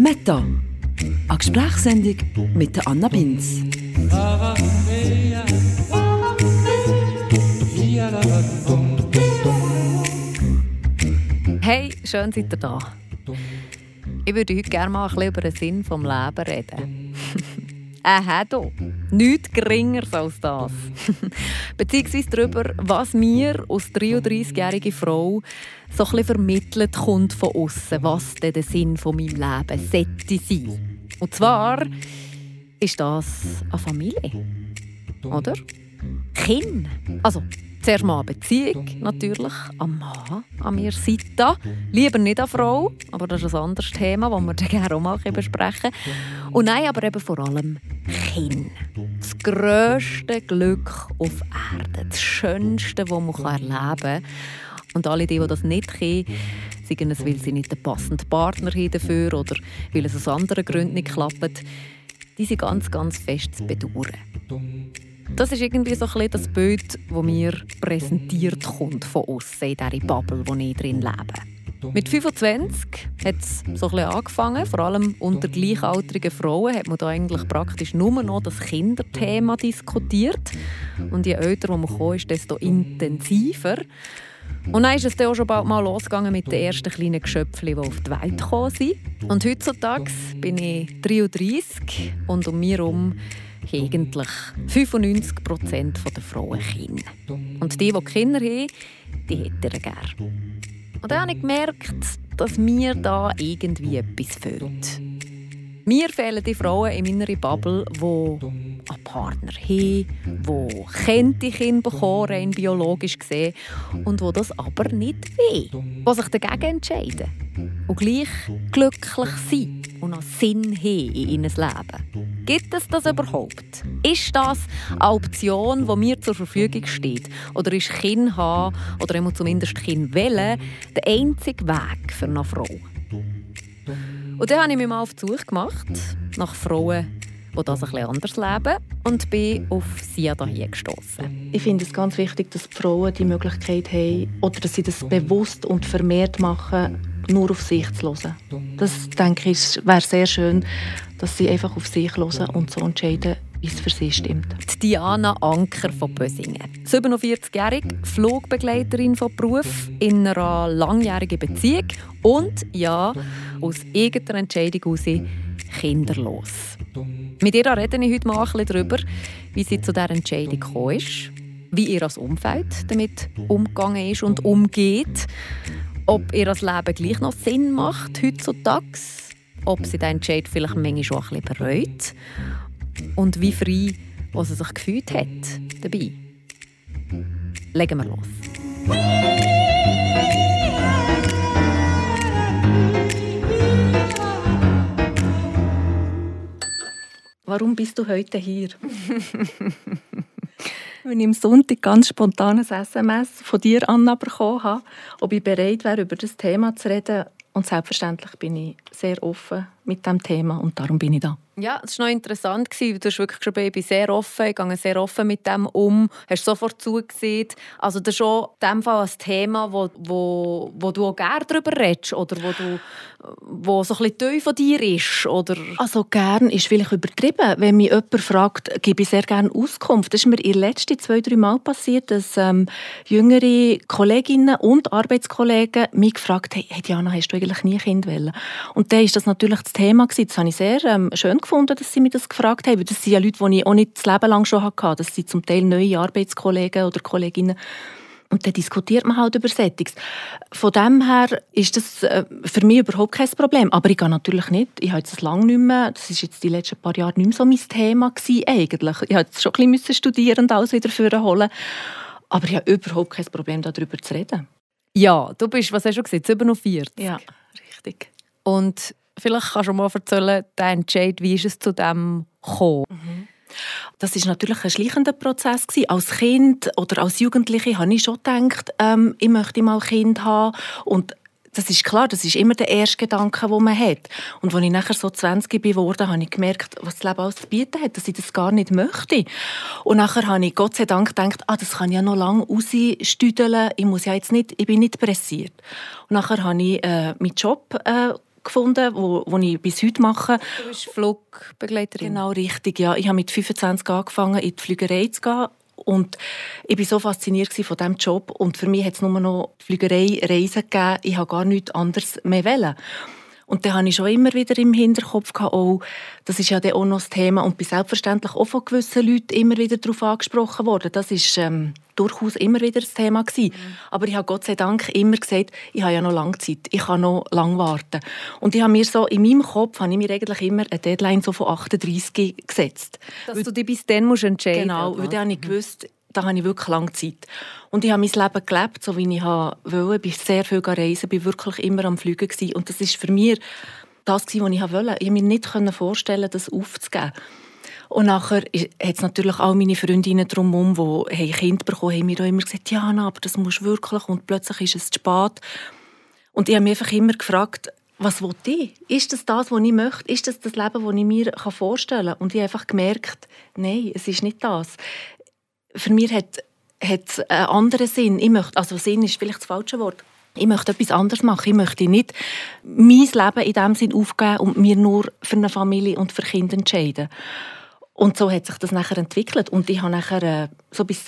Meta, eine Gesprächssendung mit der Anna Binz. Hey, schön seid ihr da. Ich würde heute gerne mal ein bisschen über den Sinn des Lebens reden. Du. Nichts Geringeres als das. Beziehungsweise darüber, was mir als 33-jährige Frau so ein bisschen vermittelt kommt von außen, was denn der Sinn von meinem Leben sollte sein. Und zwar ist das eine Familie. Oder? Kind. Also, zuerst mal eine Beziehung, natürlich, am Mann, an meiner Seite. Lieber nicht eine Frau, aber das ist ein anderes Thema, das wir dann gerne auch mal besprechen können. Und nein, aber eben vor allem Kind. Das grösste Glück auf Erden. Das Schönste, das man erleben kann. Und alle, die das nicht können, sagen es, weil sie nicht den passenden Partner haben dafür oder weil es aus anderen Gründen nicht klappt, die sind ganz, ganz fest zu bedauern. Das ist irgendwie so ein bisschen das Bild, das mir präsentiert kommt von außen in dieser Bubble, in der ich drin lebe. Mit 25 hat es so ein bisschen angefangen. Vor allem unter gleichaltrigen Frauen hat man da eigentlich praktisch nur noch das Kinderthema diskutiert. Und je älter man kommt, ist, desto intensiver. Und dann ist es dann auch schon bald mal losgegangen mit den ersten kleinen Geschöpfchen, die auf die Welt gekommen sind. Und heutzutage bin ich 33 und um mich herum eigentlich 95% der Frauen Kinder. Und die Kinder haben, die hätten ihr gerne. Und dann habe ich gemerkt, dass mir da irgendwie etwas fehlt. Mir fehlen die Frauen in meiner Bubble, die einen Partner haben, die Kinder bekommen, rein biologisch gesehen, und die das aber nicht wollen. Die sich dagegen entscheiden und gleich glücklich sind und einen Sinn haben in ihrem Leben. Gibt es das überhaupt? Ist das eine Option, die mir zur Verfügung steht? Oder ist Kind haben, oder zumindest Kind wählen, der einzige Weg für eine Frau? Und dann habe ich mich mal auf die Suche gemacht nach Frauen, die das ein bisschen anders leben, und bin auf Siada hier gestossen. Ich finde es ganz wichtig, dass die Frauen die Möglichkeit haben, oder dass sie das bewusst und vermehrt machen, nur auf sich zu hören. Das, denke ich, wäre sehr schön, dass sie einfach auf sich hören und so entscheiden, wie es für sie stimmt. Die Diana Anker von Bösingen. 47-jährig, Flugbegleiterin von Beruf, in einer langjährigen Beziehung und, ja, aus eigener Entscheidung heraus kinderlos. Mit ihr rede ich heute mal ein bisschen darüber, wie sie zu dieser Entscheidung gekommen ist, wie ihr das Umfeld damit umgegangen ist und umgeht, ob ihr das Leben gleich noch Sinn macht heutzutage, ob sie den Entscheid vielleicht manchmal schon ein bisschen bereut und wie frei sie sich gefühlt hat dabei. Legen wir los. Warum bist du heute hier? Wenn ich am Sonntag ganz spontan ein SMS von dir, Anna, bekommen habe, ob ich bereit wäre, über das Thema zu reden. Und selbstverständlich bin ich sehr offen mit diesem Thema und darum bin ich da. Ja, es war noch interessant. Du hast wirklich geschrieben, ich bin sehr offen, ich gehe sehr offen mit dem um. Hast sofort zugesehen. Also das ist schon in dem Fall ein Thema, wo du auch gerne darüber redest oder wo so ein bisschen Teil von dir ist, oder? Also gern ist vielleicht übertrieben. Wenn mich jemand fragt, gebe ich sehr gerne Auskunft. Das ist mir in den letzten 2-3 Mal passiert, dass jüngere Kolleginnen und Arbeitskollegen mich gefragt haben, hey Diana, hast du eigentlich nie Kind wollen? Und dann war das natürlich das Thema. Das habe ich sehr schön gefunden, dass sie mich das gefragt haben. Das sind ja Leute, die ich auch nicht das Leben lang schon hatte. Das sind zum Teil neue Arbeitskollegen oder Kolleginnen. Und dann diskutiert man halt über Settings. Von dem her ist das für mich überhaupt kein Problem. Aber ich gehe natürlich nicht. Ich habe das lange nicht mehr. Das war jetzt die letzten paar Jahre nicht mehr so mein Thema gewesen, eigentlich. Ich musste schon ein bisschen studieren und alles wieder vorholen. Aber ich habe überhaupt kein Problem, darüber zu reden. Ja, du bist, was hast du gesagt, 47? Ja, richtig. Und vielleicht kannst du mal erzählen, der Entscheid, wie ist es zu dem gekommen? Das war natürlich ein schleichender Prozess. Als Kind oder als Jugendliche habe ich schon gedacht, ich möchte mal ein Kind haben. Und das ist klar, das ist immer der erste Gedanke, den man hat. Und als ich nachher so 20 geworden habe ich gemerkt, was das Leben alles zu bieten hat, dass ich das gar nicht möchte. Und nachher habe ich Gott sei Dank gedacht, das kann ja noch lange rausstüdeln. Ich bin nicht pressiert. Und nachher habe ich meinen Job gefunden, wo ich bis heute mache. Du bist Flugbegleiterin. Genau, richtig, ja. Ich habe mit 25 angefangen, in die Fliegerei zu gehen. Und ich war so fasziniert von diesem Job. Und für mich hat es nur noch Fliegerei-Reisen gegeben. Ich wollte gar nichts anderes mehr wollen. Und dann hatte ich schon immer wieder im Hinterkopf, das ist ja dann auch noch das Thema. Und bin selbstverständlich auch von gewissen Leuten immer wieder darauf angesprochen worden. Das war durchaus immer wieder das Thema gewesen. Aber ich habe Gott sei Dank immer gesagt, ich habe ja noch lange Zeit, ich kann noch lange warten. Und ich habe mir so, in meinem Kopf habe ich mir eigentlich immer eine Deadline so von 38 gesetzt. Dass du dich bis dann musst entscheiden musst. Genau, weil dann habe ich gewusst, da habe ich wirklich lange Zeit. Und ich habe mein Leben gelebt, so wie ich wollte. Ich bin sehr viel reisen, bin wirklich immer am Fliegen gewesen. Und das war für mich das, was ich wollte. Ich konnte mir nicht vorstellen, das aufzugeben. Und nachher hat es natürlich auch meine Freundinnen drumherum, die Kinder bekommen haben, mir auch immer gesagt, ja, Anna, aber das musst du wirklich. Und plötzlich ist es zu spät. Und ich habe mich einfach immer gefragt, was will ich? Ist das, was ich möchte? Ist das Leben, das ich mir vorstellen kann? Und ich habe einfach gemerkt, nein, es ist nicht das. Für mich hat es einen anderen Sinn. Sinn ist vielleicht das falsche Wort. Ich möchte etwas anderes machen. Ich möchte nicht mein Leben in diesem Sinn aufgeben und mir nur für eine Familie und für Kinder entscheiden. Und so hat sich das nachher entwickelt. Und ich habe nachher, so bis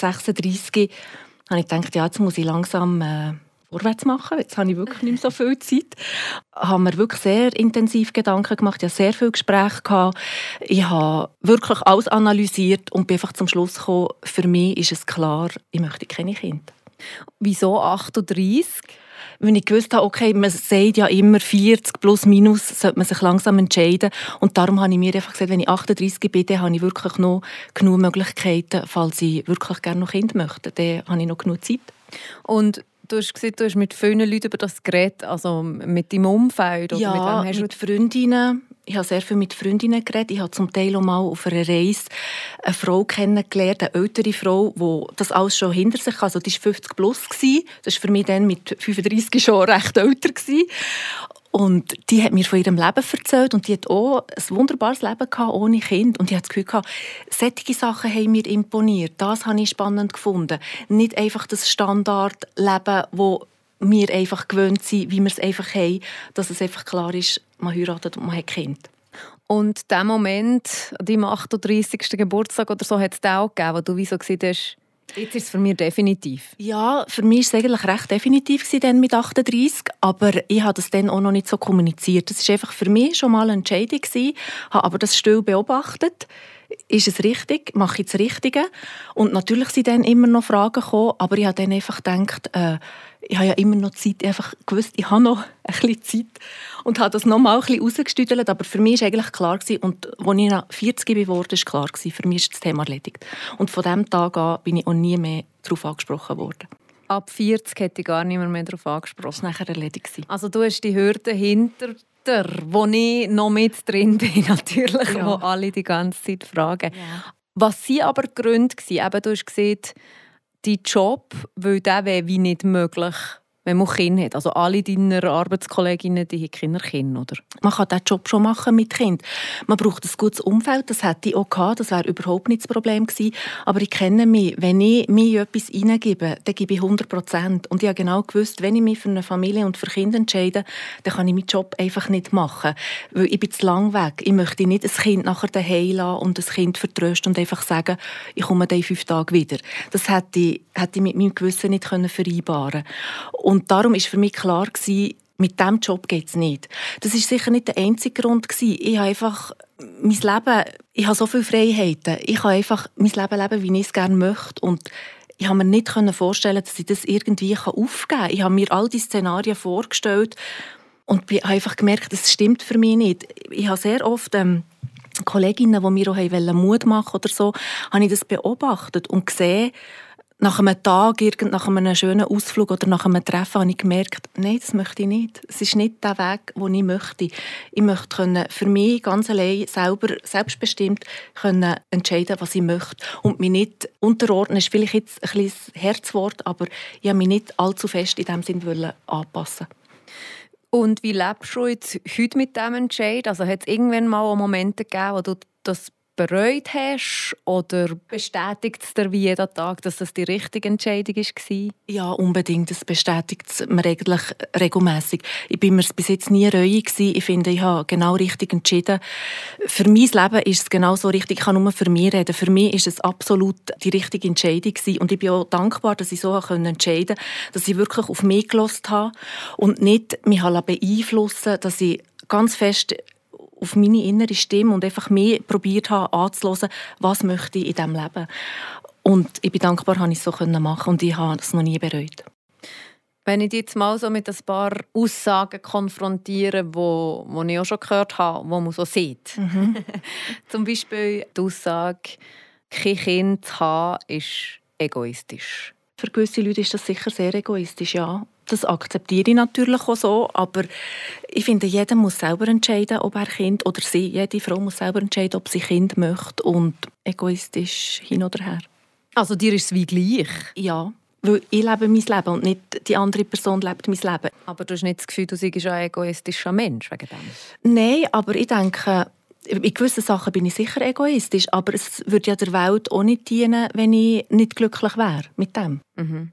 36, habe ich gedacht, ja, jetzt muss ich langsam vorwärts machen. Jetzt habe ich wirklich nicht mehr so viel Zeit. Ich habe mir wirklich sehr intensiv Gedanken gemacht. Ich hatte sehr viele Gespräche gehabt. Ich habe wirklich alles analysiert und bin einfach zum Schluss gekommen, für mich ist es klar, ich möchte keine Kinder. Wieso 38? Wenn ich gewusst habe, okay, man sagt ja immer 40 plus minus, sollte man sich langsam entscheiden. Und darum habe ich mir einfach gesagt, wenn ich 38 bin, dann habe ich wirklich noch genug Möglichkeiten, falls ich wirklich gerne noch Kinder möchte. Dann habe ich noch genug Zeit. Und du hast gesagt, du hast mit vielen Leuten über das geredet, also mit deinem Umfeld? Oder ja, mit Freundinnen. Ich habe sehr viel mit Freundinnen geredet. Ich habe zum Teil auch mal auf einer Reise eine Frau kennengelernt, eine ältere Frau, die das alles schon hinter sich hatte. Also die war 50 plus. Das war für mich dann mit 35 schon recht älter. Und die hat mir von ihrem Leben erzählt und die hat auch ein wunderbares Leben gehabt, ohne Kind. Und ich hatte das Gefühl gehabt, solche Sachen haben mir imponiert. Das habe ich spannend gefunden. Nicht einfach das Standardleben, das wir einfach gewöhnt sind, wie wir es einfach haben, dass es einfach klar ist, man heiratet und man hat Kind. Und diesen Moment, an deinem 38. Geburtstag oder so, hat es auch gegeben, wo du wie so gesehen hast, jetzt ist es für mich definitiv? Ja, für mich war es eigentlich recht definitiv dann mit 38, aber ich habe das dann auch noch nicht so kommuniziert. Das war einfach für mich schon mal eine Entscheidung, habe aber das still beobachtet. Ist es richtig? Mache ich das Richtige? Und natürlich sind dann immer noch Fragen gekommen, aber ich habe dann einfach gedacht, ich habe ja immer noch Zeit. Ich habe einfach gewusst, ich habe noch ein bisschen Zeit und habe das noch mal ein bisschen rausgestüdelt. Aber für mich war eigentlich klar, und als ich nach 40 geworden bin, war klar, für mich ist das Thema erledigt. Und von diesem Tag an bin ich auch nie mehr darauf angesprochen worden. Ab 40 hätte ich gar niemand mehr darauf angesprochen. Das war nachher erledigt. Also du hast die Hürde hinter dir, wo ich noch mit drin bin, natürlich, ja. Wo alle die ganze Zeit fragen. Ja. Was waren aber die Gründe? Eben, du hast gesagt, dein Job, weil der wäre wie nicht möglich, wenn man Kinder hat. Also alle deiner Arbeitskolleginnen, die haben keine Kinder, oder? Man kann diesen Job schon machen mit Kind. Man braucht ein gutes Umfeld, das hätte ich auch gehabt, das wäre überhaupt nicht das Problem gewesen. Aber ich kenne mich, wenn ich mir etwas hineingebe, dann gebe ich 100%. Und ich habe genau gewusst, wenn ich mich für eine Familie und für Kinder entscheide, dann kann ich meinen Job einfach nicht machen. Weil ich bin zu lang weg. Ich möchte nicht ein Kind nachher daheim lassen und das Kind vertrösten und einfach sagen, ich komme dann in 5 Tagen wieder. Das hätte ich mit meinem Gewissen nicht vereinbaren können. Und darum war für mich klar, mit diesem Job geht es nicht. Das war sicher nicht der einzige Grund. Ich habe einfach mein Leben, ich habe so viele Freiheiten. Ich kann einfach mein Leben leben, wie ich es gerne möchte. Und ich konnte mir nicht vorstellen, dass ich das irgendwie aufgeben kann. Ich habe mir all die Szenarien vorgestellt und habe einfach gemerkt, das stimmt für mich nicht. Ich habe sehr oft Kolleginnen, die mir auch Mut machen oder so, habe ich das beobachtet und gesehen, nach einem Tag, nach einem schönen Ausflug oder nach einem Treffen habe ich gemerkt, nein, das möchte ich nicht. Es ist nicht der Weg, den ich möchte. Ich möchte für mich ganz allein, selbstbestimmt entscheiden, was ich möchte. Und mich nicht unterordnen, ist vielleicht jetzt ein bisschen das Herzwort, aber ich wollte mich nicht allzu fest in diesem Sinn anpassen. Und wie lebst du jetzt heute mit diesem Entscheid? Also hat es irgendwann mal Momente gegeben, wo du das bereut hast? Oder bestätigt es dir wie jeden Tag, dass das die richtige Entscheidung war? Ja, unbedingt. Das bestätigt es mir eigentlich regelmässig. Ich bin mir bis jetzt nie reuig gewesen. Ich finde, ich habe genau richtig entschieden. Für mein Leben ist es genau so richtig. Ich kann nur für mich reden. Für mich ist es absolut die richtige Entscheidung gewesen. Und ich bin auch dankbar, dass ich so entscheiden konnte, dass ich wirklich auf mich gehört habe und nicht mich beeinflussen, dass ich ganz fest auf meine innere Stimme und einfach mehr probiert habe anzuhören, was möchte ich in diesem Leben. Und ich bin dankbar, dass ich es so machen konnte und ich habe es noch nie bereut. Wenn ich dich jetzt mal so mit ein paar Aussagen konfrontiere, die ich auch schon gehört habe, die man so sieht. Zum Beispiel die Aussage, kein Kind zu haben, ist egoistisch. Für gewisse Leute ist das sicher sehr egoistisch, ja. Das akzeptiere ich natürlich auch so, aber ich finde, jeder muss selber entscheiden, ob er Kind oder sie, jede Frau muss selber entscheiden, ob sie Kind möchte und egoistisch hin oder her. Also dir ist es wie gleich? Ja, weil ich lebe mein Leben und nicht die andere Person lebt mein Leben. Aber du hast nicht das Gefühl, du seist ein egoistischer Mensch wegen dem? Nein, aber ich denke, in gewissen Sachen bin ich sicher egoistisch, aber es würde ja der Welt auch nicht dienen, wenn ich nicht glücklich wäre mit dem. Mhm.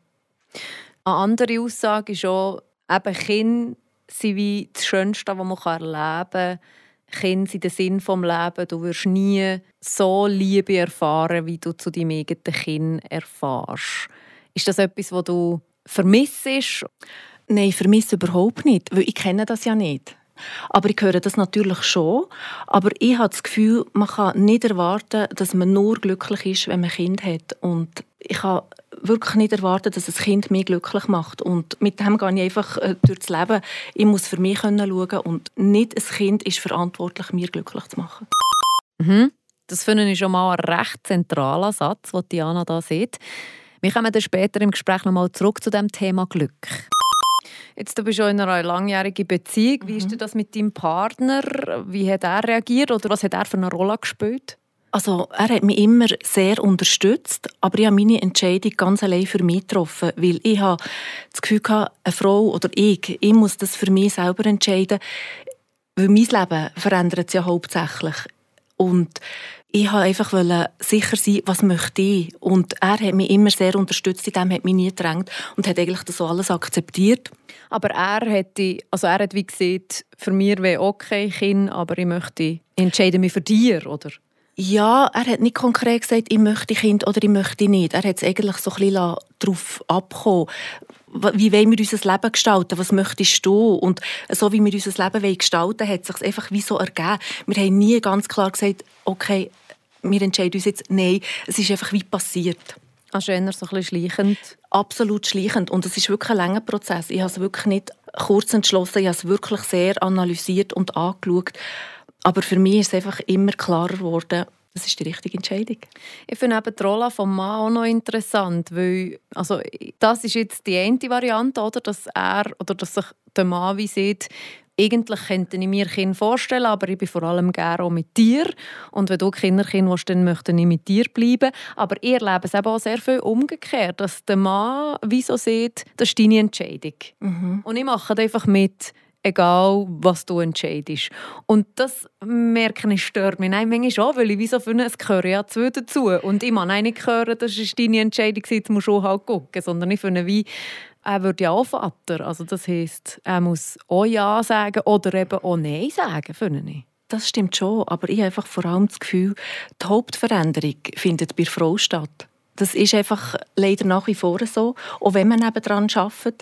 Eine andere Aussage ist auch, eben Kinder sind wie das Schönste, was man erleben kann. Kinder sind der Sinn des Lebens. Du wirst nie so Liebe erfahren, wie du zu deinem eigenen Kind erfährst. Ist das etwas, was du vermisst? Nein, ich vermisse überhaupt nicht, weil ich kenne das ja nicht. Aber ich höre das natürlich schon. Aber ich habe das Gefühl, man kann nicht erwarten, dass man nur glücklich ist, wenn man ein Kind hat. Und ich kann wirklich nicht erwarten, dass ein Kind mich glücklich macht. Und mit dem gehe ich einfach durchs Leben. Ich muss für mich schauen und nicht ein Kind ist verantwortlich, mir glücklich zu machen. Mhm. Das finde ich schon mal ein recht zentraler Satz, den Diana da sieht. Wir kommen dann später im Gespräch noch mal zurück zu dem Thema Glück. Jetzt, du bist schon in einer langjährigen Beziehung. Wie ist das mit deinem Partner? Wie hat er reagiert oder was hat er für eine Rolle gespielt? Also, er hat mich immer sehr unterstützt, aber ich habe meine Entscheidung ganz allein für mich getroffen, weil ich habe das Gefühl hatte, eine Frau oder ich muss das für mich selber entscheiden, weil mein Leben verändert sich ja hauptsächlich. Und ich wollte einfach sicher sein, was möchte ich. Und er hat mich immer sehr unterstützt, in dem hat mich nie gedrängt und hat eigentlich das so alles akzeptiert. Aber er hat wie gesagt, für mich wäre okay, Kind, aber ich entscheide mich für dich, oder? Ja, er hat nicht konkret gesagt, ich möchte Kind oder ich möchte nicht. Er hat es eigentlich so ein bisschen darauf abgekommen. Wie wollen wir unser Leben gestalten? Was möchtest du? Und so wie wir unser Leben gestalten wollen, hat es sich einfach wie so ergeben. Wir haben nie ganz klar gesagt, okay, wir entscheiden uns jetzt, nein, es ist einfach wie passiert. Also eher so ein bisschen schleichend? Absolut schleichend. Und es ist wirklich ein langer Prozess. Ich habe es wirklich nicht kurz entschlossen, ich habe es wirklich sehr analysiert und angeschaut. Aber für mich ist es einfach immer klarer geworden, das ist die richtige Entscheidung. Ich finde eben die Rolle des Mannes auch noch interessant, weil also, das ist jetzt die eine Variante, oder? Dass sich der Mann wie sieht, eigentlich könnte ich mir Kinder vorstellen, aber ich bin vor allem gerne auch mit dir. Und wenn du Kinderkind willst, dann möchte ich mit dir bleiben. Aber ihr erlebt es eben auch sehr viel umgekehrt, dass der Mann wie so sieht, das ist deine Entscheidung. Mhm. Und ich mache einfach mit, egal was du entscheidest. Und das merke ich, stört mich manchmal schon, weil ich wie so finde, es gehören ja zwei dazu. Und ich kann nicht hören, das ist deine Entscheidung, jetzt musst du halt gucken. Sondern ich finde, wie, er wird ja auch Vater. Also das heisst, er muss auch Ja sagen oder eben auch Nein sagen, finde ich. Das stimmt schon, aber ich habe einfach vor allem das Gefühl, die Hauptveränderung findet bei der Frau statt. Das ist einfach leider nach wie vor so, auch wenn man nebenan arbeitet.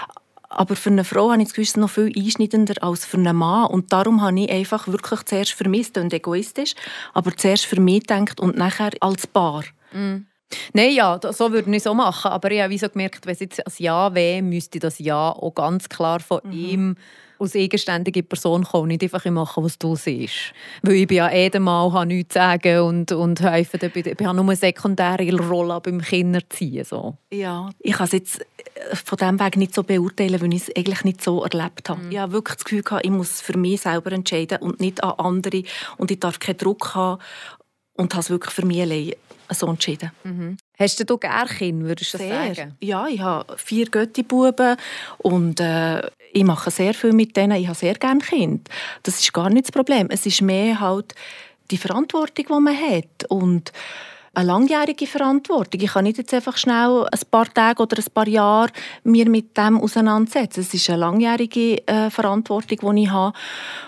Aber für eine Frau habe ich das Gefühl, es ist noch viel einschneidender als für einen Mann. Und darum habe ich einfach wirklich zuerst für mich, das klingt egoistisch, aber zuerst für mich gedacht und nachher als Paar. Mm. Nein, ja, so würde ich es auch machen. Aber ich habe wie so gemerkt, wenn es jetzt ein Ja wäre, müsste das Ja auch ganz klar von ihm als eigenständige Person kommen. Nicht einfach machen, was du siehst. Weil ich bin ja der Mann, habe nichts zu sagen und helfe. Ich habe nur eine sekundäre Rolle beim Kinderziehen. So. Ja, ich kann es jetzt von diesem Weg nicht so beurteilen, weil ich es eigentlich nicht so erlebt habe. Ich habe wirklich das Gefühl gehabt, ich muss für mich selber entscheiden und nicht an andere. Und ich darf keinen Druck haben. Und habe es wirklich für mich allein so entschieden. Mhm. Hast du gerne Kinder, würdest du das sagen? Ja, ich habe 4 Götti-Buben und ich mache sehr viel mit denen. Ich habe sehr gerne Kinder. Das ist gar nicht das Problem. Es ist mehr halt die Verantwortung, die man hat. Und eine langjährige Verantwortung. Ich kann nicht jetzt einfach schnell ein paar Tage oder ein paar Jahre mir mit dem auseinandersetzen. Es ist eine langjährige Verantwortung, die ich habe.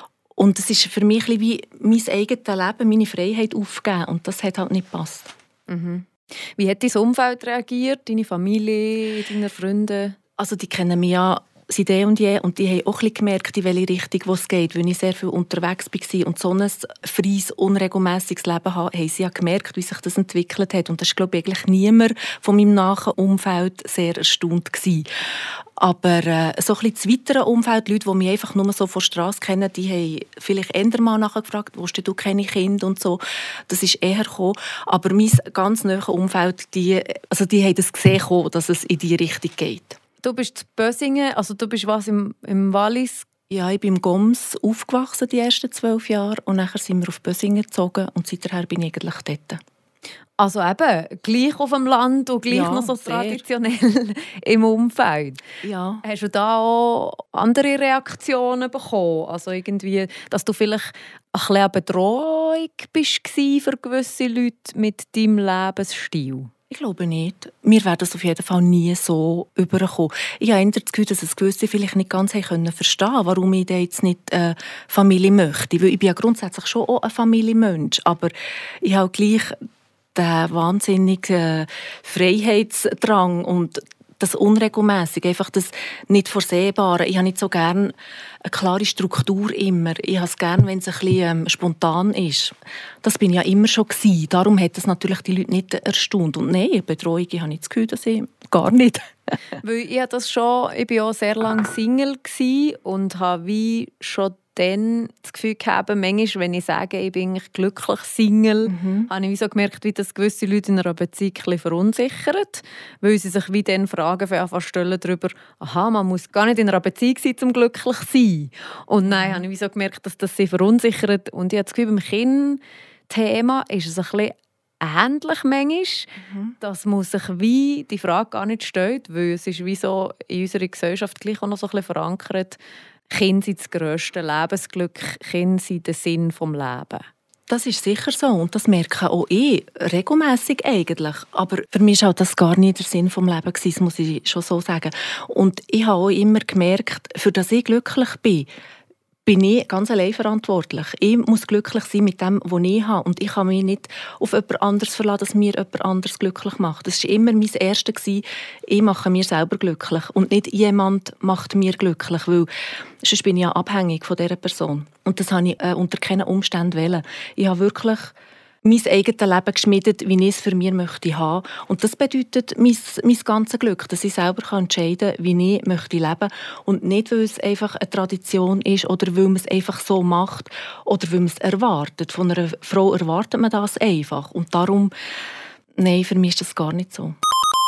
Und es ist für mich ein bisschen wie mein eigenes Leben, meine Freiheit aufgeben. Und das hat halt nicht gepasst. Mhm. Wie hat dein Umfeld reagiert? Deine Familie, deine Freunde? Also die kennen mich ja seit und je und die haben auch ein bisschen gemerkt, in welche Richtung es geht. Weil ich sehr viel unterwegs war und so ein freies, unregelmässiges Leben habe, haben sie ja gemerkt, wie sich das entwickelt hat. Und das war, glaube ich, eigentlich niemand von meinem nahen Umfeld sehr erstaunt gewesen. Aber so ein bisschen das weitere Umfeld, Leute, die mich einfach nur so von der Strasse kennen, die haben vielleicht eher mal nachgefragt, «Willst du keine Kinder?» und so. Das ist eher gekommen. Aber mein ganz nahes Umfeld, die haben das gesehen, dass es in diese Richtung geht. Du bist in Bösingen, also du bist was im Wallis? Ja, ich bin im Goms aufgewachsen die ersten 12 Jahre und nachher sind wir auf Bösingen gezogen und seither bin ich eigentlich dort. Also eben, gleich auf dem Land und gleich noch so traditionell im Umfeld. Ja. Hast du da auch andere Reaktionen bekommen? Also irgendwie, dass du vielleicht ein bisschen eine Bedrohung bist für gewisse Leute mit deinem Lebensstil? Ich glaube nicht. Wir werden es auf jeden Fall nie so überkommen. Ich habe das Gefühl, dass es gewisse vielleicht nicht ganz verstehen können, warum ich jetzt nicht Familie möchte. Weil ich bin ja grundsätzlich schon auch ein Familienmensch. Aber ich habe gleich den wahnsinnigen Freiheitsdrang und das Unregelmäßige, einfach das nicht Vorsehbare. Ich habe nicht so gerne eine klare Struktur immer. Ich habe es gerne, wenn es ein bisschen spontan ist. Das bin ich ja immer schon gewesen. Darum hat das natürlich die Leute nicht erstaunt. Und nein, Betreuung, ich habe nicht das Gefühl, dass ich gar nicht. Weil ich war auch sehr lange Single und habe wie schon dann das Gefühl gehabt, manchmal, wenn ich sage, ich bin glücklich Single, habe ich so gemerkt, wie das gewisse Leute in einer Beziehung ein bisschen verunsichert, weil sie sich wie dann Fragen stellen darüber, aha, man muss gar nicht in einer Beziehung sein, um glücklich zu sein. Und nein, habe ich wie so gemerkt, dass das sie verunsichert. Und ich habe das Gefühl, beim Kind-Thema ist es ein bisschen ähnlich manchmal, dass man sich wie die Frage gar nicht stellt, weil es ist wie so in unserer Gesellschaft gleich auch noch so ein bisschen verankert, Kinder sind das grösste Lebensglück, Kinder sind der Sinn des Lebens. Das ist sicher so und das merke auch ich regelmässig eigentlich. Aber für mich war das gar nicht der Sinn des Lebens, das muss ich schon so sagen. Und ich habe auch immer gemerkt, für das ich glücklich bin ich ganz allein verantwortlich. Ich muss glücklich sein mit dem, was ich habe. Und ich kann mich nicht auf jemand anderes verlassen, dass mir jemand anderes glücklich macht. Das war immer mein Erstes. Ich mache mir selber glücklich. Und nicht jemand macht mir glücklich, weil sonst bin ich ja abhängig von dieser Person. Und das habe ich unter keinen Umständen wollen. Ich habe wirklich mein eigenes Leben geschmiedet, wie ich es für mich möchte haben. Und das bedeutet mein ganzes Glück, dass ich selber entscheiden kann, wie ich möchte leben. Und nicht, weil es einfach eine Tradition ist oder weil man es einfach so macht oder weil man es erwartet. Von einer Frau erwartet man das einfach. Und darum, nein, für mich ist das gar nicht so.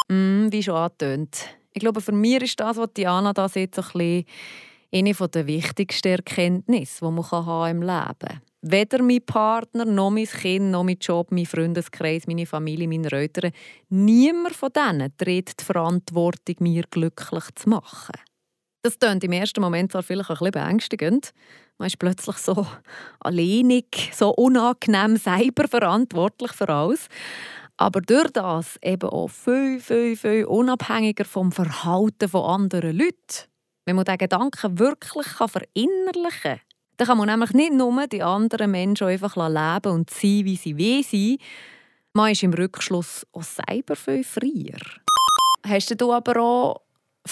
Wie schon angetönt. Ich glaube, für mich ist das, was Diana da sieht, so ein bisschen eine der wichtigsten Erkenntnisse, die man im Leben haben kann. Weder mein Partner, noch mein Kind, noch mein Job, mein Freundeskreis, meine Familie, meine Eltern, niemand von denen trägt die Verantwortung, mir glücklich zu machen. Das klingt im ersten Moment zwar vielleicht ein bisschen beängstigend. Man ist plötzlich so alleinig, so unangenehm selber verantwortlich für alles. Aber durch das eben auch viel, viel, viel unabhängiger vom Verhalten von anderen Leuten. Wenn man diesen Gedanken wirklich verinnerlichen kann, dann kann man nämlich nicht nur die anderen Menschen einfach leben und sein, wie sie sein. Man ist im Rückschluss auch selber viel freier. Hast du aber auch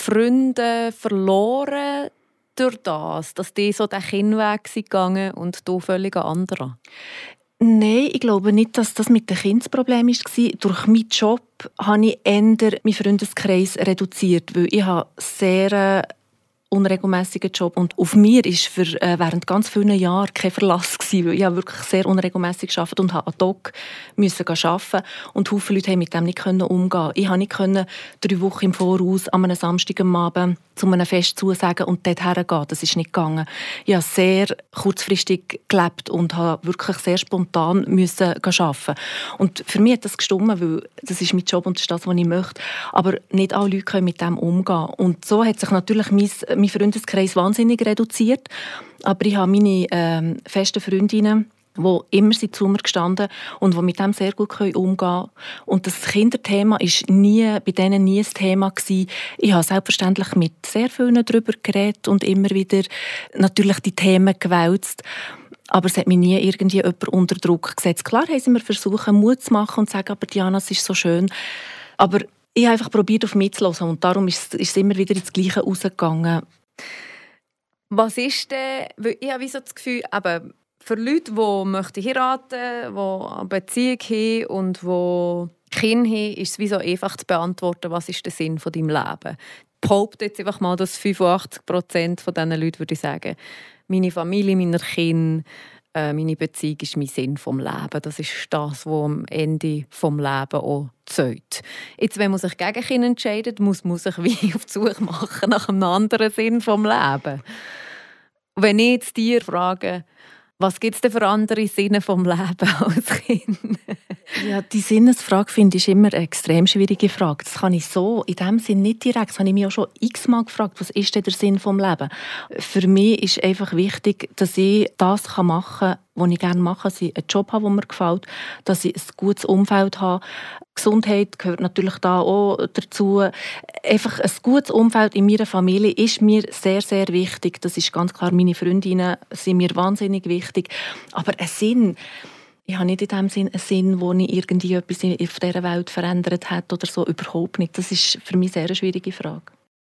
Freunde verloren durch das, dass die so den Kindweg gegangen und du völlig anderer? Nein, ich glaube nicht, dass das mit dem Kind das Problem war. Durch meinen Job habe ich eher meinen Freundeskreis reduziert, weil ich habe sehr unregelmäßigen Job. Und auf mir war während ganz vielen Jahren kein Verlass gewesen, weil ich wirklich sehr unregelmäßig gearbeitet und musste ad hoc arbeiten. Und viele Leute konnten mit dem nicht umgehen. Ich konnte nicht 3 Wochen im Voraus an einem Samstag am Abend zu einem Fest zusagen und dort hergehen. Das ist nicht gegangen. Ich habe sehr kurzfristig gelebt und musste wirklich sehr spontan arbeiten. Und für mich hat das gestimmt, weil das ist mein Job und das ist das, was ich möchte. Aber nicht alle Leute können mit dem umgehen. Und so hat sich natürlich mein Freundeskreis wahnsinnig reduziert. Aber ich habe meine festen Freundinnen, die immer zu mir gestanden und die mit dem sehr gut umgehen können. Und das Kinderthema war bei denen nie ein Thema gewesen. Ich habe selbstverständlich mit sehr vielen darüber geredet und immer wieder natürlich die Themen gewälzt. Aber es hat mich nie irgendwie jemand unter Druck gesetzt. Klar haben sie mir versucht, Mut zu machen und zu sagen, aber Diana, es ist so schön. Aber ich habe einfach probiert, auf mich zu hören. Und darum ist es immer wieder ins Gleiche rausgegangen. Was ist denn, ich habe so das Gefühl, eben, für Leute, die heiraten möchten, die eine Beziehung haben und die Kinder haben, ist es wie so einfach zu beantworten, was ist der Sinn von deinem Leben. Ich behaupte jetzt einfach mal, dass 85% von diesen Leuten, würde ich sagen, meine Familie, meine Kinder, meine Beziehung ist mein Sinn vom Leben. Das ist das, was am Ende vom Leben auch zählt. Jetzt, wenn man sich gegen Kinder entscheidet, muss man sich wie auf die Suche machen nach einem anderen Sinn vom Leben. Wenn ich jetzt dir frage, was gibt es denn für andere Sinne vom Leben als Kind? Ja, die Sinnesfrage finde ich immer eine extrem schwierige Frage. Das kann ich so in dem Sinn nicht direkt. Das habe ich mich auch schon x-mal gefragt, was ist denn der Sinn vom Leben? Für mich ist einfach wichtig, dass ich das machen kann, was ich gerne mache, dass ich einen Job habe, der mir gefällt, dass ich ein gutes Umfeld habe. Gesundheit gehört natürlich da auch dazu. Einfach ein gutes Umfeld in meiner Familie ist mir sehr, sehr wichtig. Das ist ganz klar, meine Freundinnen sind mir wahnsinnig wichtig. Aber ein Sinn, ich habe nicht in dem Sinn einen Sinn, wo ich irgendwie etwas auf dieser Welt verändert hat oder so, überhaupt nicht. Das ist für mich sehr eine schwierige Frage.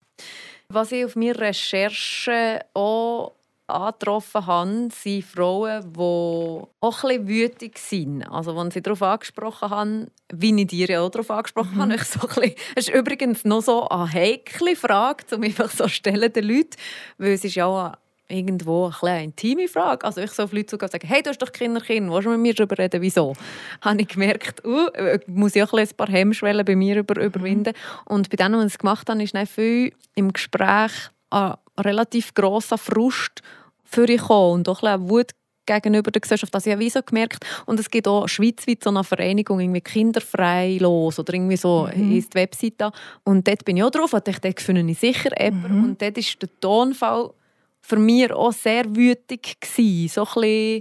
Was ich auf meiner Recherche auch angetroffen habe, sind Frauen, die auch ein bisschen wütig sind. Also, wenn sie darauf angesprochen haben, wie ich dir ja auch darauf angesprochen habe. Es ist übrigens noch so eine heikle Frage, um einfach so stellen den Leuten, weil es ist ja auch irgendwo eine intime Frage. Also ich so auf Leute zugehen und sagen, hey, du hast doch Kinder, willst du mit mir darüber reden, wieso? Habe ich gemerkt, muss ich auch ein paar Hemmschwellen bei mir überwinden. Und bei denen, die es gemacht haben, ist dann viel im Gespräch ein relativ grosser Frust für ich gekommen und auch ein bisschen Wut gegenüber der Gesellschaft. Das habe ich so gemerkt. Und es gibt auch schweizweit so eine Vereinigung, irgendwie Kinderfrei los oder irgendwie so, ist die Webseite. Und dort bin ich auch drauf und dachte, dort finde ich sicher jemanden. Und dort ist der Tonfall für mich auch sehr wütig gewesen. So ein bisschen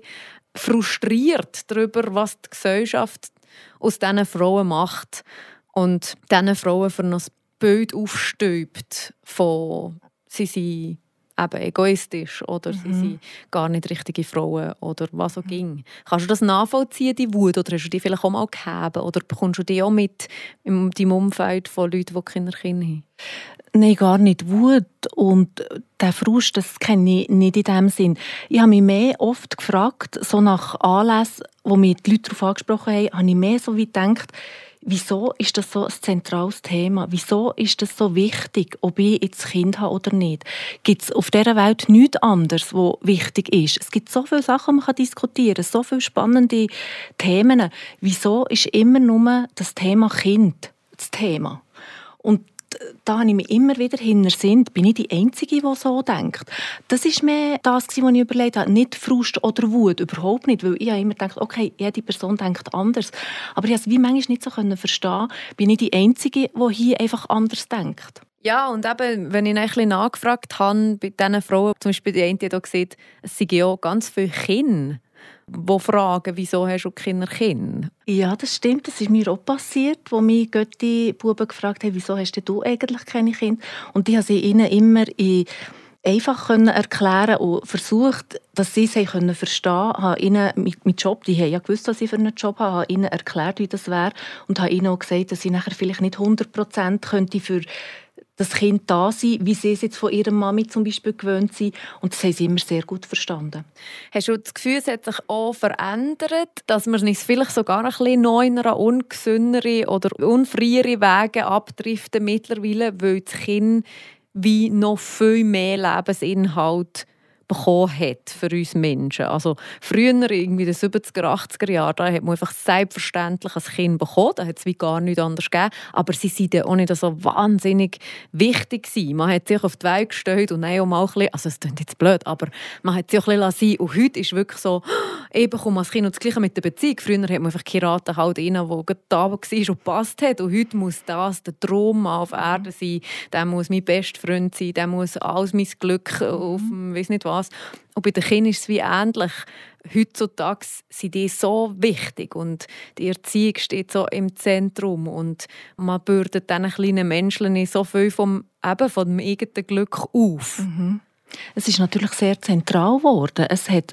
frustriert darüber, was die Gesellschaft aus diesen Frauen macht. Und diesen Frauen für ein Bild aufstülpt von sie sind eben egoistisch oder sie sind gar nicht richtige Frauen oder was auch ging. Kannst du das nachvollziehen, die Wut? Oder hast du die vielleicht auch mal gehabt? Oder bekommst du die auch mit in deinem Umfeld von Leuten, die Kinder haben? Nein, gar nicht. Wut und der Frust, das kenne ich nicht in dem Sinn. Ich habe mich mehr oft gefragt, so nach Anlässen, wo mich die Leute darauf angesprochen haben, habe ich mehr so wie gedacht, wieso ist das so ein zentrales Thema? Wieso ist das so wichtig, ob ich jetzt ein Kind habe oder nicht? Gibt es auf dieser Welt nichts anderes, was wichtig ist? Es gibt so viele Sachen, die man diskutieren kann, so viele spannende Themen. Wieso ist immer nur das Thema Kind das Thema? Und da habe ich mich immer wieder hintersinnt, bin ich die Einzige, die so denkt. Das war mehr das, was ich überlegt habe. Nicht Frust oder Wut, überhaupt nicht. Weil ich habe immer gedacht, okay, jede Person denkt anders. Aber ich konnte es wie manchmal nicht so verstehen, bin ich die Einzige, die hier einfach anders denkt. Ja, und eben, wenn ich ein bisschen nachgefragt habe bei diesen Frauen, zum Beispiel die eine, die gesagt, es sind ja ganz viele Kinder, die fragen, wieso hast du Kinder? Ja, das stimmt. Das ist mir auch passiert, wo mich die Buben gefragt haben, wieso hast du eigentlich keine Kinder? Und ich habe sie ihnen immer einfach erklären und versucht, dass sie es verstehen können. Habe ihnen meinen Job, die haben ja gewusst, was ich für einen Job habe ihnen erklärt, wie das wäre. Und habe ihnen auch gesagt, dass ich nachher vielleicht nicht 100% könnte für das Kind da sein, wie sie es jetzt von ihrer Mami zum Beispiel gewöhnt sind. Und das haben sie immer sehr gut verstanden. Hast du das Gefühl, es hat sich auch verändert, dass man es vielleicht sogar ein bisschen neuere, ungesündere oder unfreiere Wege abdriften mittlerweile, weil das Kind wie noch viel mehr Lebensinhalt bekommen hat für uns Menschen. Also früher, irgendwie in den 70er, 80er Jahren, da hat man einfach selbstverständlich ein Kind bekommen. Da hat es wie gar nichts anderes gegeben. Aber sie waren auch nicht so wahnsinnig wichtig gewesen. Man hat sich auf die Welt gestellt und auch mal ein bisschen, also es klingt jetzt blöd, aber man hat sich auch ein bisschen lassen. Und heute ist wirklich so, Ich bekomme als Kind das Gleiche mit der Beziehung. Früher hat man einfach geheiratet, halt einen, der gerade da war und gepasst hat. Und heute muss das der Traum auf Erde sein. Der muss mein bester Freund sein. Der muss alles mein Glück auf weiss nicht was. Und bei den Kindern ist es wie ähnlich. Heutzutage sind die so wichtig und die Erziehung steht so im Zentrum. Und man bürdet diesen kleinen Menschen so viel vom eigenen Glück auf. Es ist natürlich sehr zentral geworden.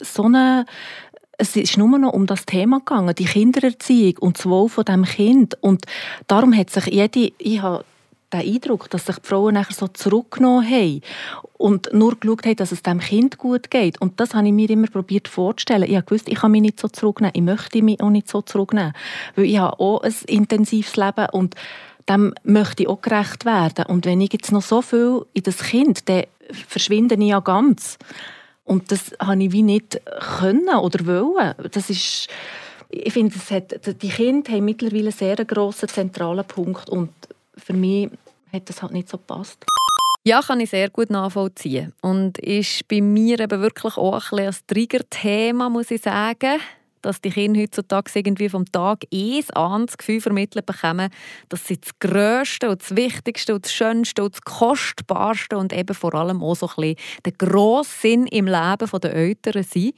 Es ist nur noch um das Thema gegangen, die Kindererziehung und das Wohl von diesem Kind. Und darum hat sich ich habe den Eindruck, dass sich die Frauen nachher so zurückgenommen haben und nur geschaut haben, dass es dem Kind gut geht. Und das habe ich mir immer probiert vorzustellen. Ich wusste, ich kann mich nicht so zurücknehmen. Ich möchte mich auch nicht so zurücknehmen. Weil ich habe auch ein intensives Leben und dem möchte ich auch gerecht werden. Und wenn ich jetzt noch so viel in das Kind, dann verschwinde ich ja ganz. Und das habe ich wie nicht können oder wollen. Das ist, ich finde, die Kinder haben mittlerweile einen sehr grossen, zentralen Punkt. Und für mich hat das halt nicht so gepasst. Ja, kann ich sehr gut nachvollziehen. Und ist bei mir eben wirklich auch ein Triggerthema, muss ich sagen, dass die Kinder heutzutage irgendwie vom Tag an das Gefühl vermittelt bekommen, dass sie das Grösste und das Wichtigste und das Schönste und das Kostbarste und eben vor allem auch so ein bisschen der grosse Sinn im Leben der Eltern sind.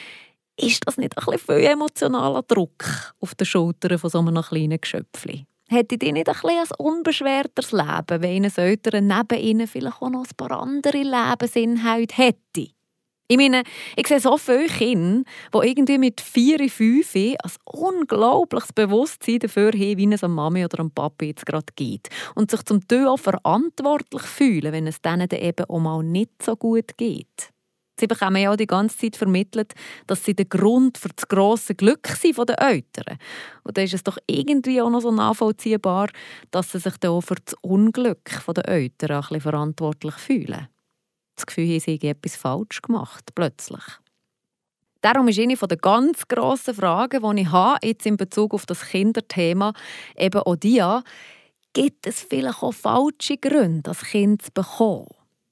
Ist das nicht ein bisschen viel emotionaler Druck auf den Schultern von so einem kleinen Geschöpfchen? Hätte die nicht ein bisschen ein unbeschwerteres Leben, wenn ihnen Eltern neben ihnen vielleicht auch noch ein paar andere Lebensinhalte hätten? Ich meine, ich sehe so viele Kinder, die irgendwie mit 4, 5 ein unglaubliches Bewusstsein dafür haben, wie es einer Mami oder einem Papi jetzt gerade geht. Und sich zum Teil auch verantwortlich fühlen, wenn es denen dann eben auch mal nicht so gut geht. Sie bekommen ja auch die ganze Zeit vermittelt, dass sie der Grund für das grosse Glück sind der Eltern. Und dann ist es doch irgendwie auch noch so nachvollziehbar, dass sie sich dann auch für das Unglück der Eltern ein bisschen verantwortlich fühlen. Das Gefühl, sie haben etwas falsch gemacht, plötzlich. Darum ist eine der ganz grossen Fragen, die ich habe, jetzt in Bezug auf das Kinderthema, eben auch die: gibt es vielleicht auch falsche Gründe, das Kind zu bekommen?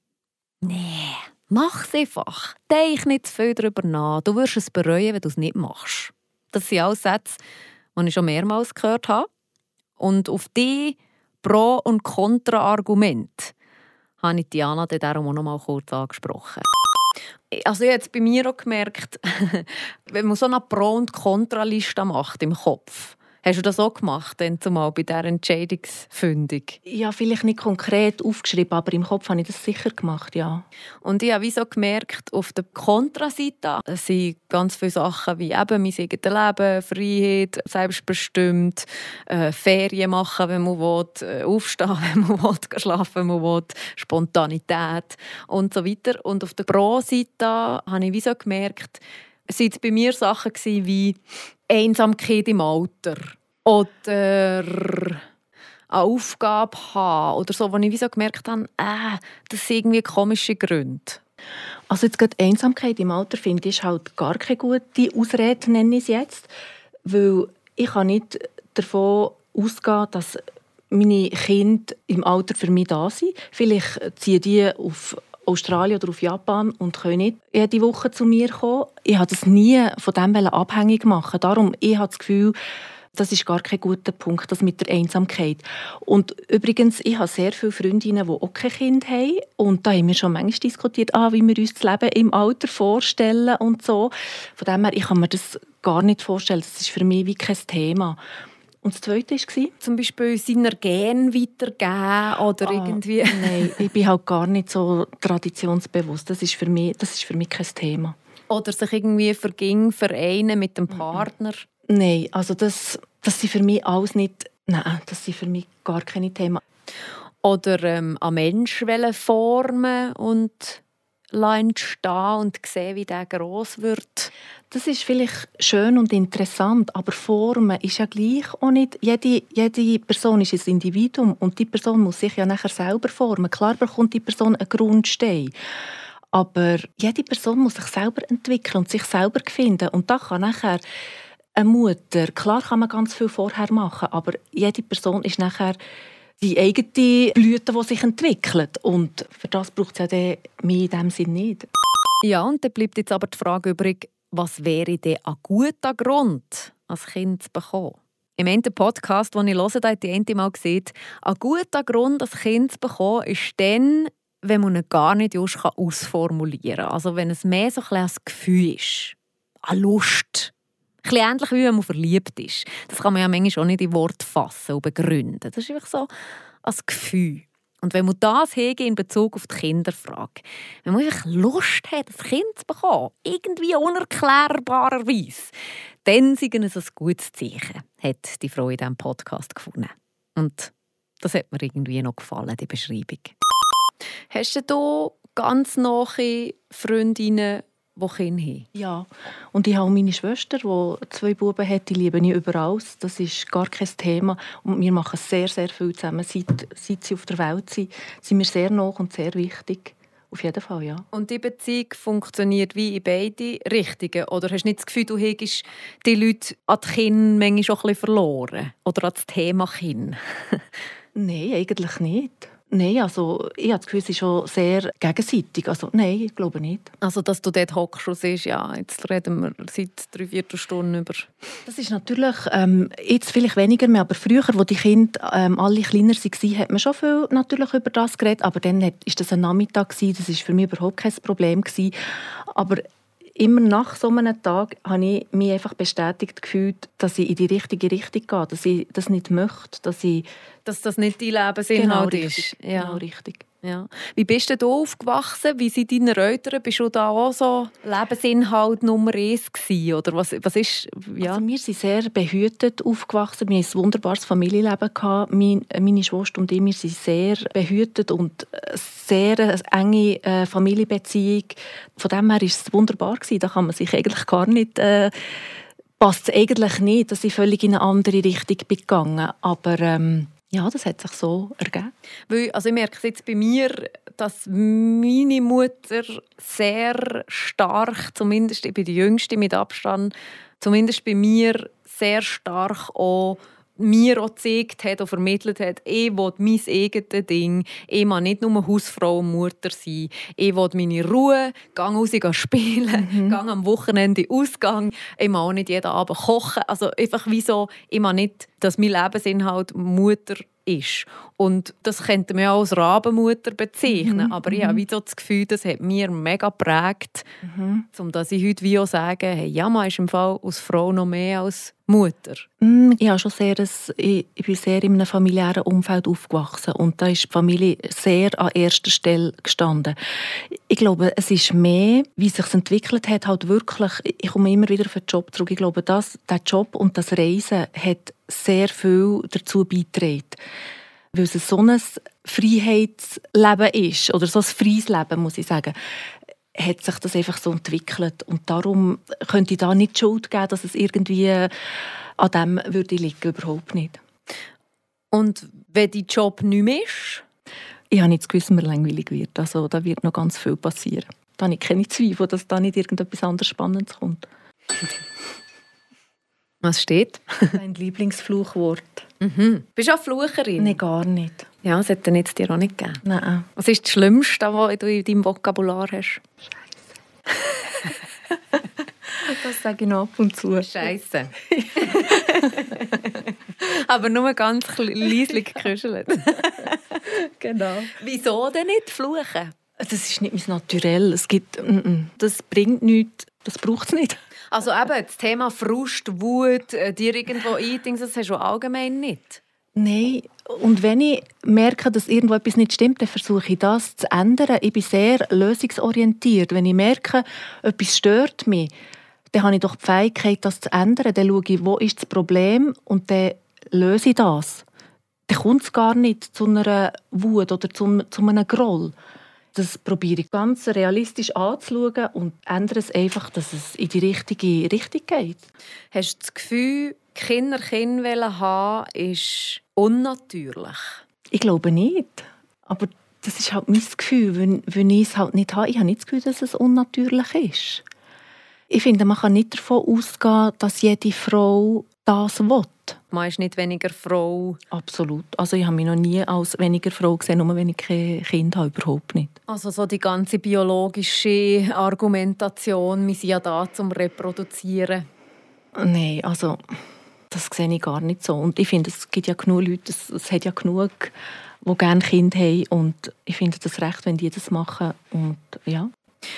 Nee, mach es einfach. Denk nicht zu viel darüber nach. Du wirst es bereuen, wenn du es nicht machst. Das sind alles Sätze, die ich schon mehrmals gehört habe. Und auf die Pro- und Kontra-Argumente habe ich Diana darum auch noch mal kurz angesprochen. Also ich habe jetzt bei mir auch gemerkt, wenn man so eine Pro- und Kontraliste macht im Kopf. Hast du das auch gemacht, dann zumal bei dieser Entscheidungsfindung? Ja, vielleicht nicht konkret aufgeschrieben, aber im Kopf habe ich das sicher gemacht, ja. Und ich habe wie so gemerkt, auf der Kontraseite sind ganz viele Sachen wie eben mein eigenes Leben, Freiheit, selbstbestimmt, Ferien machen, wenn man will, aufstehen, wenn man will, schlafen, wenn man will, Spontanität und so weiter. Und auf der Pro-Seite habe ich wie so gemerkt, es waren bei mir Sachen wie Einsamkeit im Alter oder eine Aufgabe haben oder so, wo ich wie so gemerkt habe, das sind irgendwie komische Gründe. Also jetzt gerade Einsamkeit im Alter finde ich halt gar keine gute Ausrede, nenne ich es jetzt, weil ich kann nicht davon ausgehen, dass meine Kinder im Alter für mich da sind. Vielleicht ziehen die auf Australien oder auf Japan und können nicht jede Woche zu mir kommen. Ich wollte das nie von dem abhängig machen. Darum, ich habe das Gefühl, das ist gar kein guter Punkt, das mit der Einsamkeit. Und übrigens, ich habe sehr viele Freundinnen, die auch kein Kind haben. Und da haben wir schon manchmal diskutiert, wie wir uns das Leben im Alter vorstellen und so. Von dem her, ich kann mir das gar nicht vorstellen. Das ist für mich wie kein Thema. Und das Zweite war? Zum Beispiel seiner Gen weitergeben oder irgendwie... Nein, ich bin halt gar nicht so traditionsbewusst. Das ist für mich kein Thema. Oder sich irgendwie vereinen mit dem Partner. Nein, also das sind für mich alles nicht... Nein, das sind für mich gar keine Themen. Oder einen Mensch formen und entstehen und sehen, wie der gross wird. Das ist vielleicht schön und interessant, aber Formen ist ja gleich auch nicht. Jede Person ist ein Individuum und die Person muss sich ja nachher selber formen. Klar bekommt die Person einen Grundstein, aber jede Person muss sich selber entwickeln und sich selber finden. Und da kann nachher eine Mutter, klar kann man ganz viel vorher machen, aber jede Person ist nachher die eigene Blüte, die sich entwickelt. Und für das braucht es ja mich in diesem Sinne nicht. Ja, und dann bleibt jetzt aber die Frage übrig, was wäre denn ein guter Grund, ein Kind zu bekommen? Im einen Podcast, den ich höre, hat die eine mal gesagt, ein guter Grund, ein Kind zu bekommen, ist dann, wenn man ihn gar nicht just ausformulieren kann. Also wenn es mehr so ein Gefühl ist. Eine Lust. Ein bisschen ähnlich, wie wenn man verliebt ist. Das kann man ja manchmal auch nicht in Worte fassen und begründen. Das ist einfach so ein Gefühl. Und wenn man das hege in Bezug auf die Kinderfrage, wenn man einfach Lust hat, ein Kind zu bekommen, irgendwie unerklärbarerweise, dann ist es ein gutes Zeichen, hat die Frau in diesem Podcast gefunden. Und das hat mir irgendwie noch gefallen, die Beschreibung. Hast du ganz nahe Freundinnen, die Kinder haben? Ja, und ich habe auch meine Schwester, die 2 Buben hat, die liebe ich überall. Das ist gar kein Thema. Und wir machen sehr, sehr viel zusammen. Seit sie auf der Welt sind wir sehr nah und sehr wichtig. Auf jeden Fall, ja. Und die Beziehung funktioniert wie in beide Richtungen? Oder hast du nicht das Gefühl, du hättest die Leute an die Kinder manchmal schon ein bisschen verloren? Oder an das Thema Kind? Nein, eigentlich nicht. Nein, also ich habe das Gefühl, es ist schon sehr gegenseitig. Also nein, ich glaube nicht. Also, dass du dort hockst und siehst, ja, jetzt reden wir seit 3/4 Stunden über... Das ist natürlich jetzt vielleicht weniger mehr, aber früher, als die Kinder alle kleiner waren, hat man schon viel natürlich über das geredet. Aber dann war das ein Nachmittag, das war für mich überhaupt kein Problem. Aber immer nach so einem Tag habe ich mich einfach bestätigt gefühlt, dass ich in die richtige Richtung gehe, dass ich das nicht möchte, dass das nicht dein Lebensinhalt genau ist. Richtig. Ja. Genau richtig. Ja. Wie bist du aufgewachsen? Wie sind deine Eltern? Bist du da auch so Lebensinhalt Nummer 1 gewesen? Oder was ist, ja? Also wir sind sehr behütet aufgewachsen. Wir hatten ein wunderbares Familienleben gehabt. Meine Schwester und ich, wir sind sehr behütet und sehr enge Familienbeziehung. Von dem her war es wunderbar gewesen. Da kann man sich eigentlich gar nicht... passt es eigentlich nicht, dass ich völlig in eine andere Richtung bin gegangen. Aber ja, das hat sich so ergeben. Weil, also ich merke es jetzt bei mir, dass meine Mutter sehr stark, zumindest ich bin die Jüngste mit Abstand, zumindest bei mir sehr stark auch mir auch gezeigt hat und vermittelt hat, ich will mein eigenes Ding, ich will nicht nur Hausfrau und Mutter sein, ich will meine Ruhe, gehe raus spielen, gehe am Wochenende ausgehen, ich will auch nicht jeden Abend kochen, also einfach wie so, ich will nicht, dass mein Lebensinhalt Mutter ist. Und das könnte man ja auch als Rabenmutter bezeichnen, aber ich habe wie so das Gefühl, das hat mir mega geprägt, dass ich heute wie auch sage, hey, ja, man ist im Fall als Frau noch mehr als Mutter. Ich bin sehr in einem familiären Umfeld aufgewachsen und da ist die Familie sehr an erster Stelle gestanden. Ich glaube, es ist mehr, wie es sich entwickelt hat, halt wirklich, ich komme immer wieder auf den Job zurück, ich glaube, der Job und das Reisen hat sehr viel dazu beigetragen. Weil es so ein Freiheitsleben ist, oder so ein freies Leben, muss ich sagen, hat sich das einfach so entwickelt. Und darum könnte ich da nicht die Schuld geben, dass es irgendwie an dem würde liegen, überhaupt nicht. Und wenn dein Job nicht mehr ist? Ich habe nicht das Gefühl, dass mir langweilig wird. Also da wird noch ganz viel passieren. Da habe ich keine Zweifel, dass da nicht irgendetwas anderes Spannendes kommt. Was steht? Dein Lieblingsfluchwort. Bist du auch Flucherin? Nein, gar nicht. Ja, das hätte es dir auch nicht gegeben. Nein. Was ist das Schlimmste, was du in deinem Vokabular hast? Das sage ich noch ab und zu. Scheisse. Aber nur ganz leislich gekuschelt. Genau. Wieso denn nicht fluchen? Das ist nicht mein Naturell. Das bringt nichts. Das braucht es nicht. Also eben, das Thema Frust, Wut, dir irgendwo eindingsen, das hast du allgemein nicht? Nein. Und wenn ich merke, dass irgendwo etwas nicht stimmt, dann versuche ich das zu ändern. Ich bin sehr lösungsorientiert. Wenn ich merke, etwas stört mich, dann habe ich doch die Fähigkeit, das zu ändern. Dann schaue ich, wo ist das Problem und dann löse ich das. Dann kommt es gar nicht zu einer Wut oder zu einem Groll. Das probiere ich ganz realistisch anzuschauen und ändere es einfach, dass es in die richtige Richtung geht. Hast du das Gefühl, Kinder haben ist unnatürlich? Ich glaube nicht. Aber das ist halt mein Gefühl, wenn ich es halt nicht habe. Ich habe nicht das Gefühl, dass es unnatürlich ist. Ich finde, man kann nicht davon ausgehen, dass jede Frau das will. Man ist nicht weniger Frau. Absolut. Also ich habe mich noch nie als weniger Frau gesehen, nur wenn ich kein Kind habe, überhaupt nicht. Also so die ganze biologische Argumentation, wir sind ja da zum Reproduzieren. Nein, also das sehe ich gar nicht so. Und ich finde, es gibt ja genug Leute, es hat ja genug, die gerne Kinder haben. Und ich finde das recht, wenn die das machen. Und ja.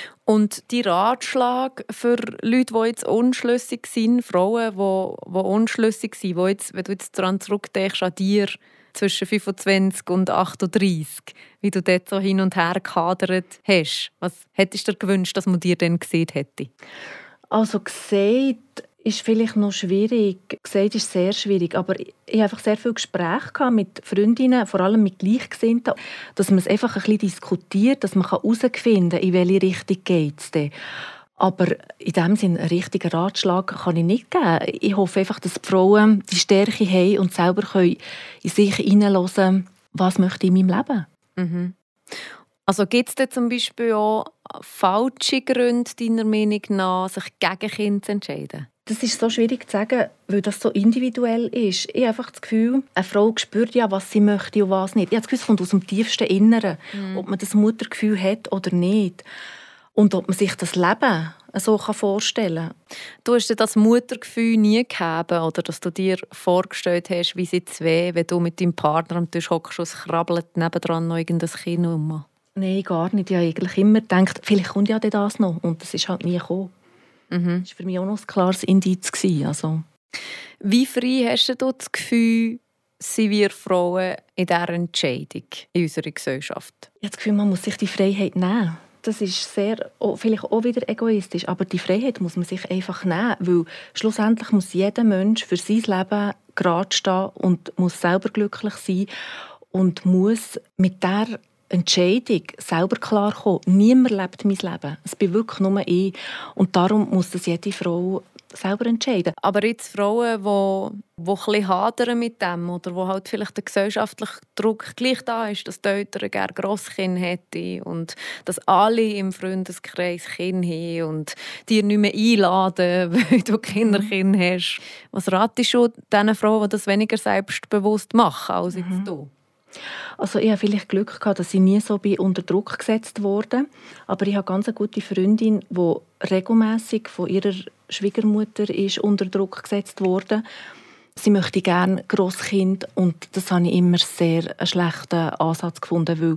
Und die Ratschlag für Leute, die jetzt unschlüssig sind, Frauen, die unschlüssig sind, die jetzt, wenn du jetzt daran zurückdenkst, an dir zwischen 25 und 38, wie du dort so hin und her gehadert hast. Was hättest du dir gewünscht, dass man dir dann gesehen hätte? Also gesagt ist vielleicht noch schwierig. Gesagt ist sehr schwierig, aber ich hatte einfach sehr viele Gespräche mit Freundinnen, vor allem mit Gleichgesinnten, dass man es einfach ein bisschen diskutiert, dass man herausfinden kann, in welche Richtung geht es denn. Aber in diesem Sinne, einen richtigen Ratschlag kann ich nicht geben. Ich hoffe einfach, dass die Frauen die Stärke haben und selber in sich hineinhören, was möchte ich in meinem Leben. Mhm. Also gibt es da zum Beispiel auch falsche Gründe, deiner Meinung nach, sich gegen Kinder zu entscheiden? Das ist so schwierig zu sagen, weil das so individuell ist. Ich habe einfach das Gefühl, eine Frau spürt ja, was sie möchte und was nicht. Ich habe das Gefühl, es kommt aus dem tiefsten Inneren, ob man das Muttergefühl hat oder nicht. Und ob man sich das Leben so vorstellen kann. Du hast dir das Muttergefühl nie gehabt, oder dass du dir vorgestellt hast, wie es jetzt wäre, wenn du mit deinem Partner am Tisch hockst und es krabbelt nebendran noch irgendein Kind rum? Nein, gar nicht. Ich habe eigentlich immer gedacht, vielleicht kommt ja das noch. Und das ist halt nie gekommen. Mhm. Das war für mich auch noch ein klares Indiz. Also. Wie frei hast du das Gefühl, sind wir Frauen in dieser Entscheidung in unserer Gesellschaft? Ich habe das Gefühl, man muss sich die Freiheit nehmen. Das ist vielleicht auch wieder egoistisch, aber die Freiheit muss man sich einfach nehmen, weil schlussendlich muss jeder Mensch für sein Leben gerade stehen und muss selber glücklich sein und muss mit der Entscheidung selber klarkommen. Niemand lebt mein Leben. Es bin wirklich nur ich. Und darum muss das jede Frau selber entscheiden. Aber jetzt Frauen, die ein bisschen hadern mit dem oder wo halt vielleicht der gesellschaftliche Druck gleich da ist, dass die Eltern gerne Grosskinder hätten und dass alle im Freundeskreis Kinder haben und dir nicht mehr einladen, weil du Kinderkind hast. Was ratest du diesen Frauen, die das weniger selbstbewusst machen als jetzt du? Also ich hatte vielleicht Glück gehabt, dass ich nie so unter Druck gesetzt wurde. Aber ich habe ganz eine gute Freundin, die regelmässig von ihrer Schwiegermutter ist unter Druck gesetzt wurde. Sie möchte gerne Grosskind und das habe ich immer sehr einen schlechten Ansatz gefunden, weil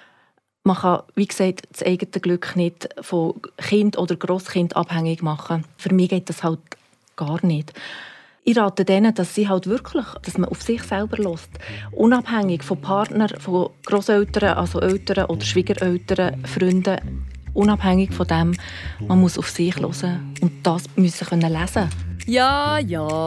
man kann, wie gesagt, das eigene Glück nicht von Kind oder Grosskind abhängig machen. Für mich geht das halt gar nicht. Ich rate denen, dass man auf sich selber hört. Unabhängig von Partnern, von Grosseltern, also Eltern oder Schwiegereltern, Freunden. Unabhängig von dem, man muss auf sich hören und das müssen können lesen. Ja,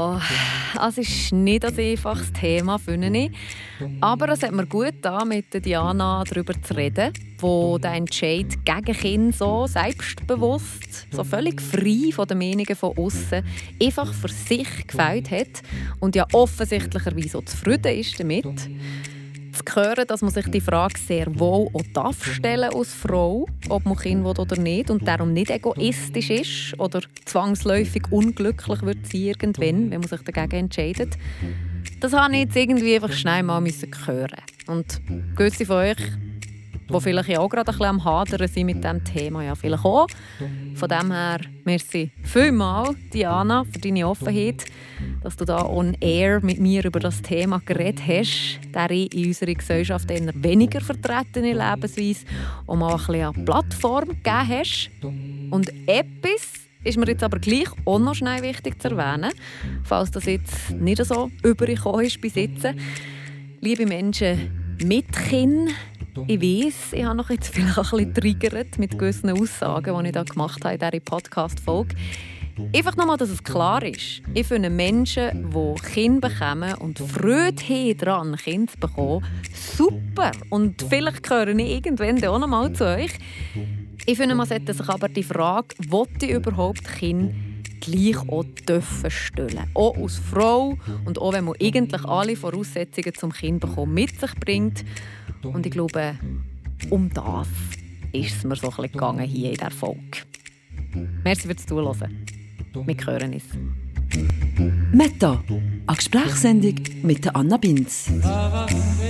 es ist nicht ein einfaches Thema, finde ich. Aber es hat mir gut getan, mit Diana darüber zu reden, wo der Entscheid gegen Kinder so selbstbewusst, so völlig frei von den Meinungen von außen, einfach für sich gefällt hat und ja offensichtlicherweise auch zufrieden ist damit. Zu hören, dass man sich die Frage sehr wohl auch darf stellen als Frau, ob man Kind will oder nicht, und darum nicht egoistisch ist oder zwangsläufig unglücklich wird sein irgendwann, wenn man sich dagegen entscheidet. Das habe ich jetzt irgendwie einfach schnell mal hören. Und gewisse von euch, die vielleicht auch gerade ein bisschen am Hadern sind mit diesem Thema, ja vielleicht auch. Von dem her, merci vielmals, Diana, für deine Offenheit, dass du da on air mit mir über das Thema geredet hast, der in unserer Gesellschaft eher weniger vertretene Lebensweise auch mal ein bisschen eine Plattform gegeben hast. Und etwas ist mir jetzt aber gleich auch noch schnell wichtig zu erwähnen, falls das jetzt nicht so übergekommen ist bis jetzt. Liebe Menschen mit Kind, ich weiss, ich habe noch jetzt vielleicht ein bisschen getriggert mit gewissen Aussagen, die ich da gemacht habe in dieser Podcast-Folge. Einfach nochmal, dass es klar ist. Ich finde Menschen, die Kinder bekommen und Freude haben daran, Kinder zu bekommen, super. Und vielleicht gehöre ich irgendwann auch noch mal zu euch. Ich finde, man sollte sich aber die Frage, will ich überhaupt Kinder gleich auch dürfen stellen. Auch als Frau und auch wenn man eigentlich alle Voraussetzungen zum Kind bekommen mit sich bringt. Und ich glaube, um das ist es mir so ein bisschen gegangen hier in dieser Folge. Merci fürs Zuhören. Wir hören uns. Meta, eine Gesprächssendung mit Anna Binz.